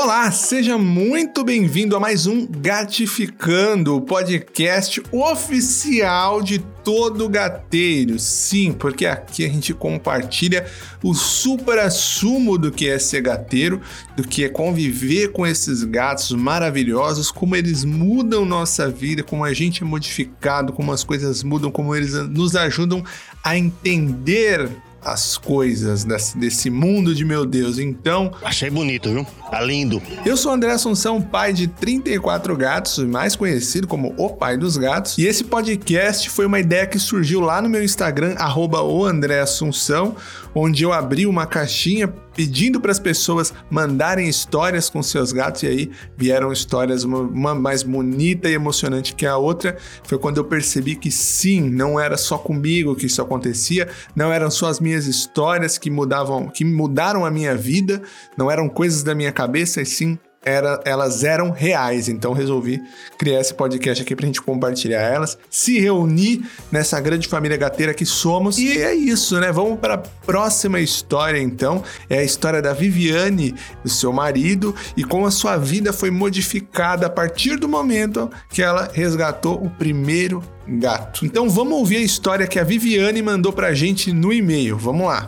Olá, seja muito bem-vindo a mais um Gatificando, o podcast oficial de todo gateiro. Sim, porque aqui a gente compartilha o supra-sumo do que é ser gateiro, do que é conviver com esses gatos maravilhosos, como eles mudam nossa vida, como a gente é modificado, como as coisas mudam, como eles nos ajudam a entender as coisas desse mundo de meu Deus. Então, achei bonito, viu? Tá lindo. Eu sou André Assunção, pai de 34 gatos, mais conhecido como o pai dos gatos. E esse podcast foi uma ideia que surgiu lá no meu Instagram, @oandreassunção, onde eu abri uma caixinha pedindo para as pessoas mandarem histórias com seus gatos, e aí vieram histórias, uma mais bonita e emocionante que a outra. Foi quando eu percebi que sim, não era só comigo que isso acontecia, não eram só as minhas histórias que mudaram a minha vida, não eram coisas da minha cabeça, e sim, elas eram reais. Então resolvi criar esse podcast aqui pra gente compartilhar elas, se reunir nessa grande família gateira que somos. E é isso, né? Vamos para a próxima história, então. É a história da Viviane, do seu marido, e como a sua vida foi modificada a partir do momento que ela resgatou o primeiro gato. Então vamos ouvir a história que a Viviane mandou pra gente no e-mail. Vamos lá.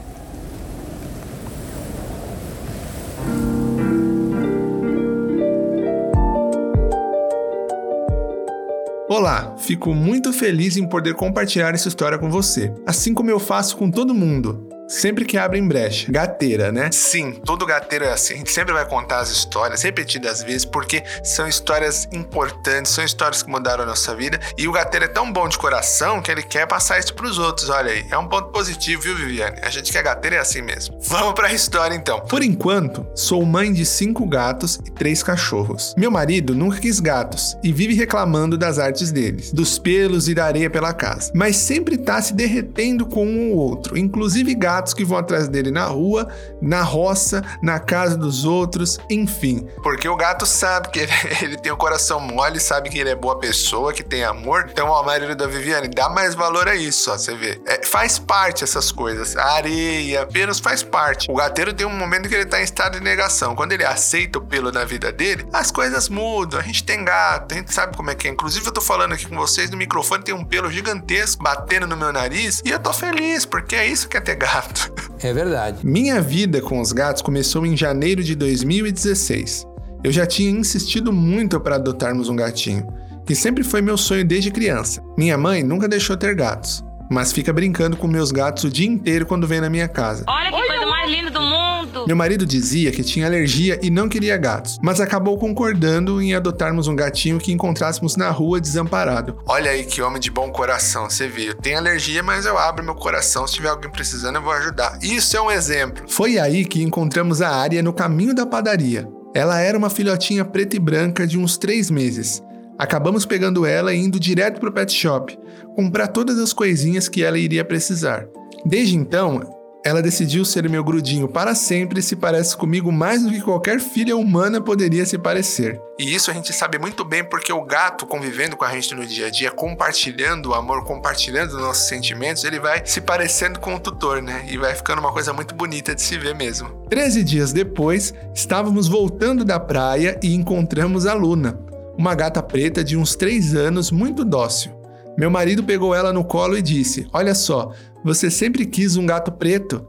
Olá, fico muito feliz em poder compartilhar essa história com você, assim como eu faço com todo mundo, sempre que abrem brecha. Gateira, né? Sim, todo gateiro é assim, a gente sempre vai contar as histórias, repetidas vezes, porque são histórias importantes, são histórias que mudaram a nossa vida, e o gateiro é tão bom de coração que ele quer passar isso pros outros. Olha aí, é um ponto positivo, viu, Viviane? A gente que é gateiro é assim mesmo. Vamos pra história, então. Por enquanto, sou mãe de 5 gatos e 3 cachorros. Meu marido nunca quis gatos e vive reclamando das artes deles, dos pelos e da areia pela casa, mas sempre tá se derretendo com um ou outro, inclusive gatos que vão atrás dele na rua, na roça, na casa dos outros, enfim. Porque o gato sabe que ele tem o coração mole, sabe que ele é boa pessoa, que tem amor. Então, ó, marido da Viviane, dá mais valor a isso, ó, você vê. Faz parte essas coisas. A areia, pelos faz parte. O gateiro tem um momento que ele tá em estado de negação. Quando ele aceita o pelo na vida dele, as coisas mudam. A gente tem gato, a gente sabe como é que é. Inclusive, eu tô falando aqui com vocês, no microfone tem um pelo gigantesco batendo no meu nariz, e eu tô feliz, porque é isso que é ter gato. É verdade. Minha vida com os gatos começou em janeiro de 2016. Eu já tinha insistido muito para adotarmos um gatinho, que sempre foi meu sonho desde criança. Minha mãe nunca deixou ter gatos, mas fica brincando com meus gatos o dia inteiro quando vem na minha casa. Olha que coisa mais linda do mundo! Meu marido dizia que tinha alergia e não queria gatos, mas acabou concordando em adotarmos um gatinho que encontrássemos na rua desamparado. Olha aí que homem de bom coração, você vê. Eu tenho alergia, mas eu abro meu coração. Se tiver alguém precisando, eu vou ajudar. Isso é um exemplo. Foi aí que encontramos a Ária no caminho da padaria. Ela era uma filhotinha preta e branca de uns 3 meses. Acabamos pegando ela e indo direto pro pet shop, comprar todas as coisinhas que ela iria precisar. Desde então, ela decidiu ser meu grudinho para sempre e se parece comigo mais do que qualquer filha humana poderia se parecer. E isso a gente sabe muito bem porque o gato, convivendo com a gente no dia a dia, compartilhando o amor, compartilhando os nossos sentimentos, ele vai se parecendo com o tutor, né? E vai ficando uma coisa muito bonita de se ver mesmo. 13 dias depois, estávamos voltando da praia e encontramos a Luna, uma gata preta de uns 3 anos, muito dócil. Meu marido pegou ela no colo e disse: "Olha só, você sempre quis um gato preto?"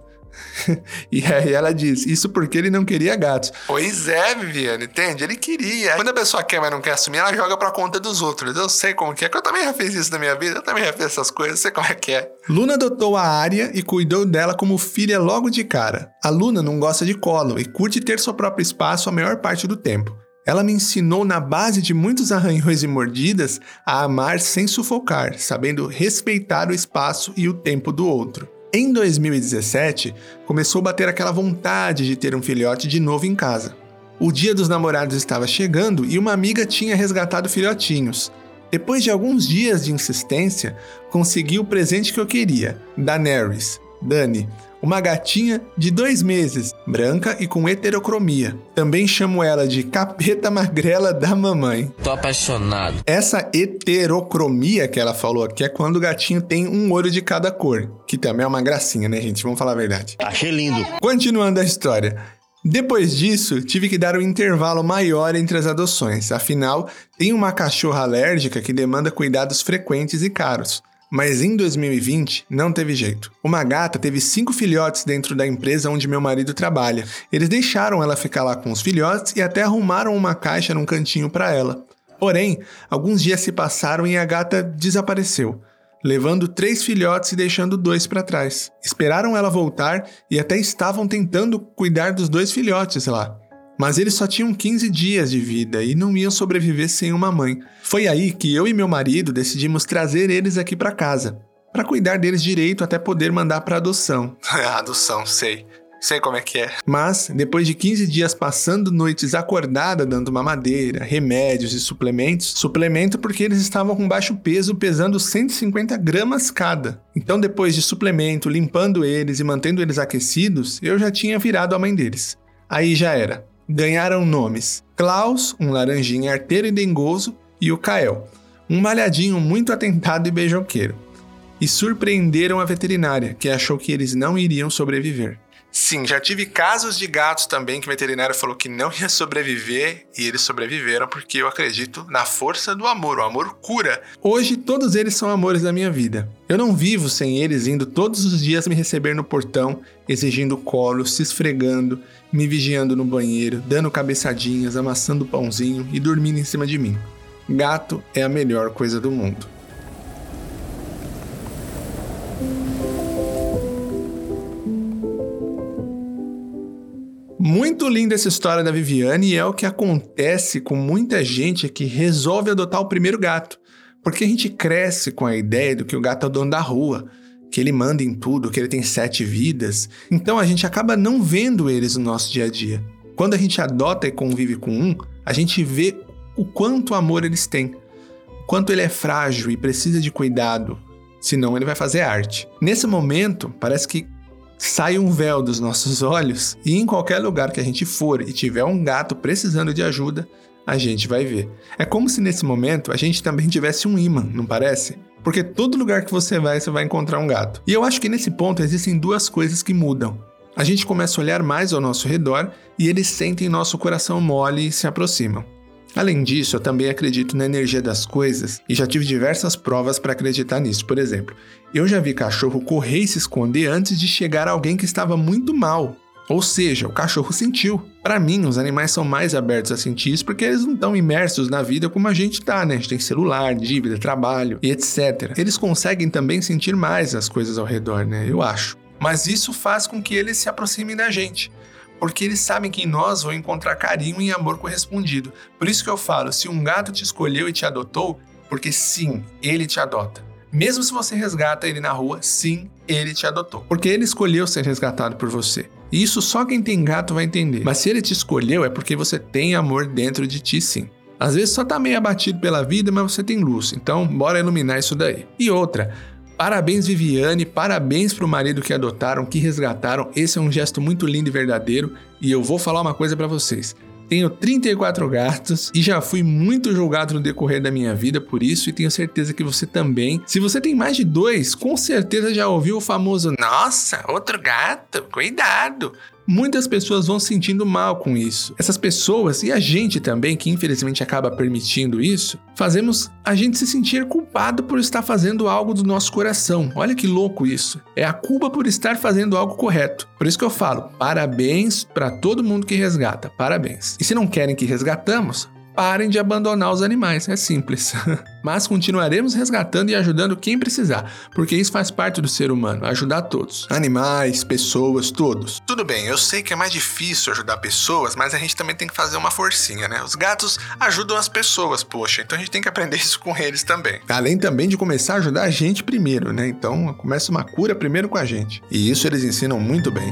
E aí ela disse: "Isso porque ele não queria gatos." Pois é, Viviane, entende? Ele queria. Quando a pessoa quer, mas não quer assumir, ela joga pra conta dos outros. Eu sei como que é, que eu também já fiz isso na minha vida, eu também já fiz essas coisas, sei como é que é. Luna adotou a Ária e cuidou dela como filha logo de cara. A Luna não gosta de colo e curte ter seu próprio espaço a maior parte do tempo. Ela me ensinou, na base de muitos arranhões e mordidas, a amar sem sufocar, sabendo respeitar o espaço e o tempo do outro. Em 2017, começou a bater aquela vontade de ter um filhote de novo em casa. O dia dos namorados estava chegando e uma amiga tinha resgatado filhotinhos. Depois de alguns dias de insistência, consegui o presente que eu queria, Daenerys, Dani, uma gatinha de 2 meses, branca e com heterocromia. Também chamo ela de capeta magrela da mamãe. Tô apaixonado. Essa heterocromia que ela falou aqui é quando o gatinho tem um olho de cada cor, que também é uma gracinha, né, gente? Vamos falar a verdade. Achei lindo. Continuando a história. Depois disso, tive que dar um intervalo maior entre as adoções. Afinal, tenho uma cachorra alérgica que demanda cuidados frequentes e caros. Mas em 2020, não teve jeito. Uma gata teve 5 filhotes dentro da empresa onde meu marido trabalha. Eles deixaram ela ficar lá com os filhotes e até arrumaram uma caixa num cantinho para ela. Porém, alguns dias se passaram e a gata desapareceu, levando 3 filhotes e deixando 2 para trás. Esperaram ela voltar e até estavam tentando cuidar dos 2 filhotes lá. Mas eles só tinham 15 dias de vida e não iam sobreviver sem uma mãe. Foi aí que eu e meu marido decidimos trazer eles aqui para casa, para cuidar deles direito até poder mandar para adoção. Adoção, sei como é que é. Mas, depois de 15 dias passando noites acordada dando mamadeira, remédios e suplemento porque eles estavam com baixo peso, pesando 150 gramas cada. Então, depois de suplemento, limpando eles e mantendo eles aquecidos, eu já tinha virado a mãe deles. Aí já era. Ganharam nomes: Klaus, um laranjinha arteiro e dengoso, e o Kael, um malhadinho muito atentado e beijoqueiro. E surpreenderam a veterinária, que achou que eles não iriam sobreviver. Sim, já tive casos de gatos também que o veterinário falou que não ia sobreviver e eles sobreviveram porque eu acredito na força do amor. O amor cura. Hoje todos eles são amores da minha vida. Eu não vivo sem eles indo todos os dias me receber no portão, exigindo colo, se esfregando, me vigiando no banheiro, dando cabeçadinhas, amassando pãozinho e dormindo em cima de mim. Gato é a melhor coisa do mundo. Muito linda essa história da Viviane e é o que acontece com muita gente que resolve adotar o primeiro gato. Porque a gente cresce com a ideia de que o gato é o dono da rua, que ele manda em tudo, que ele tem 7 vidas. Então a gente acaba não vendo eles no nosso dia a dia. Quando a gente adota e convive com um, a gente vê o quanto amor eles têm, o quanto ele é frágil e precisa de cuidado, senão ele vai fazer arte. Nesse momento, parece que sai um véu dos nossos olhos e em qualquer lugar que a gente for e tiver um gato precisando de ajuda, a gente vai ver. É como se nesse momento a gente também tivesse um imã, não parece? Porque todo lugar que você vai encontrar um gato. E eu acho que nesse ponto existem 2 coisas que mudam. A gente começa a olhar mais ao nosso redor e eles sentem nosso coração mole e se aproximam. Além disso, eu também acredito na energia das coisas e já tive diversas provas para acreditar nisso. Por exemplo, eu já vi cachorro correr e se esconder antes de chegar alguém que estava muito mal. Ou seja, o cachorro sentiu. Para mim, os animais são mais abertos a sentir isso porque eles não estão imersos na vida como a gente tá, né? A gente tem celular, dívida, trabalho e etc. Eles conseguem também sentir mais as coisas ao redor, né? Eu acho. Mas isso faz com que eles se aproximem da gente, porque eles sabem que em nós vão encontrar carinho e amor correspondido. Por isso que eu falo, se um gato te escolheu e te adotou, porque sim, ele te adota. Mesmo se você resgata ele na rua, sim, ele te adotou. Porque ele escolheu ser resgatado por você. E isso só quem tem gato vai entender. Mas se ele te escolheu, é porque você tem amor dentro de ti, sim. Às vezes só tá meio abatido pela vida, mas você tem luz. Então, bora iluminar isso daí. E outra, parabéns Viviane, parabéns pro marido que adotaram, que resgataram. Esse é um gesto muito lindo e verdadeiro. E eu vou falar uma coisa pra vocês. Tenho 34 gatos e já fui muito julgado no decorrer da minha vida por isso e tenho certeza que você também. Se você tem mais de 2, com certeza já ouviu o famoso "Nossa, outro gato, cuidado!" Muitas pessoas vão se sentindo mal com isso. Essas pessoas, e a gente também, que infelizmente acaba permitindo isso, fazemos a gente se sentir culpado por estar fazendo algo do nosso coração. Olha que louco isso. É a culpa por estar fazendo algo correto. Por isso que eu falo, parabéns para todo mundo que resgata. Parabéns. E se não querem que resgatamos, parem de abandonar os animais, é simples. Mas continuaremos resgatando e ajudando quem precisar, porque isso faz parte do ser humano, ajudar todos. Animais, pessoas, todos. Tudo bem, eu sei que é mais difícil ajudar pessoas, mas a gente também tem que fazer uma forcinha, né? Os gatos ajudam as pessoas, poxa, então a gente tem que aprender isso com eles também. Além também de começar a ajudar a gente primeiro, né? Então começa uma cura primeiro com a gente. E isso eles ensinam muito bem.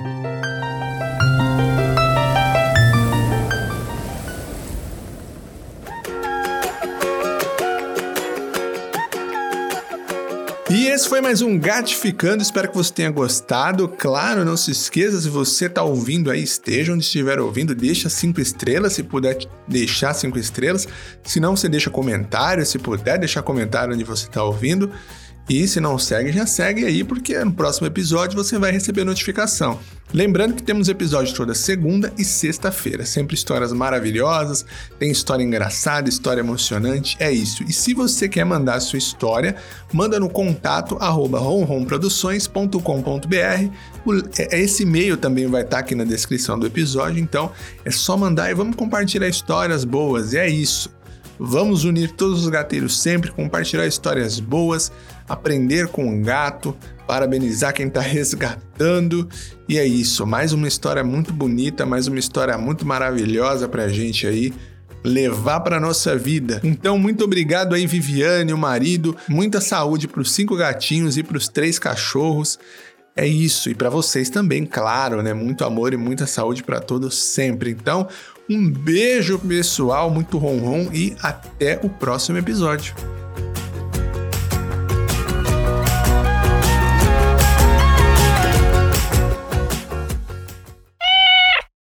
E esse foi mais um Gatificando, espero que você tenha gostado. Claro, não se esqueça, se você está ouvindo aí, esteja onde estiver ouvindo, deixa 5 estrelas, se puder deixar 5 estrelas. Se não, você deixa comentário, se puder deixar comentário onde você está ouvindo. E se não segue, já segue aí, porque no próximo episódio você vai receber notificação. Lembrando que temos episódio toda segunda e sexta-feira. Sempre histórias maravilhosas, tem história engraçada, história emocionante, é isso. E se você quer mandar a sua história, manda no contato @ronronproduções.com.br. Esse e-mail também vai estar aqui na descrição do episódio, então é só mandar e vamos compartilhar histórias boas, e é isso. Vamos unir todos os gateiros sempre, compartilhar histórias boas, aprender com o gato, parabenizar quem está resgatando. E é isso, mais uma história muito bonita, mais uma história muito maravilhosa pra gente aí levar pra nossa vida. Então, muito obrigado aí, Viviane, o marido, muita saúde pros 5 gatinhos e pros 3 cachorros. É isso, e pra vocês também, claro, né? Muito amor e muita saúde pra todos sempre. Então, um beijo pessoal, muito ronron e até o próximo episódio.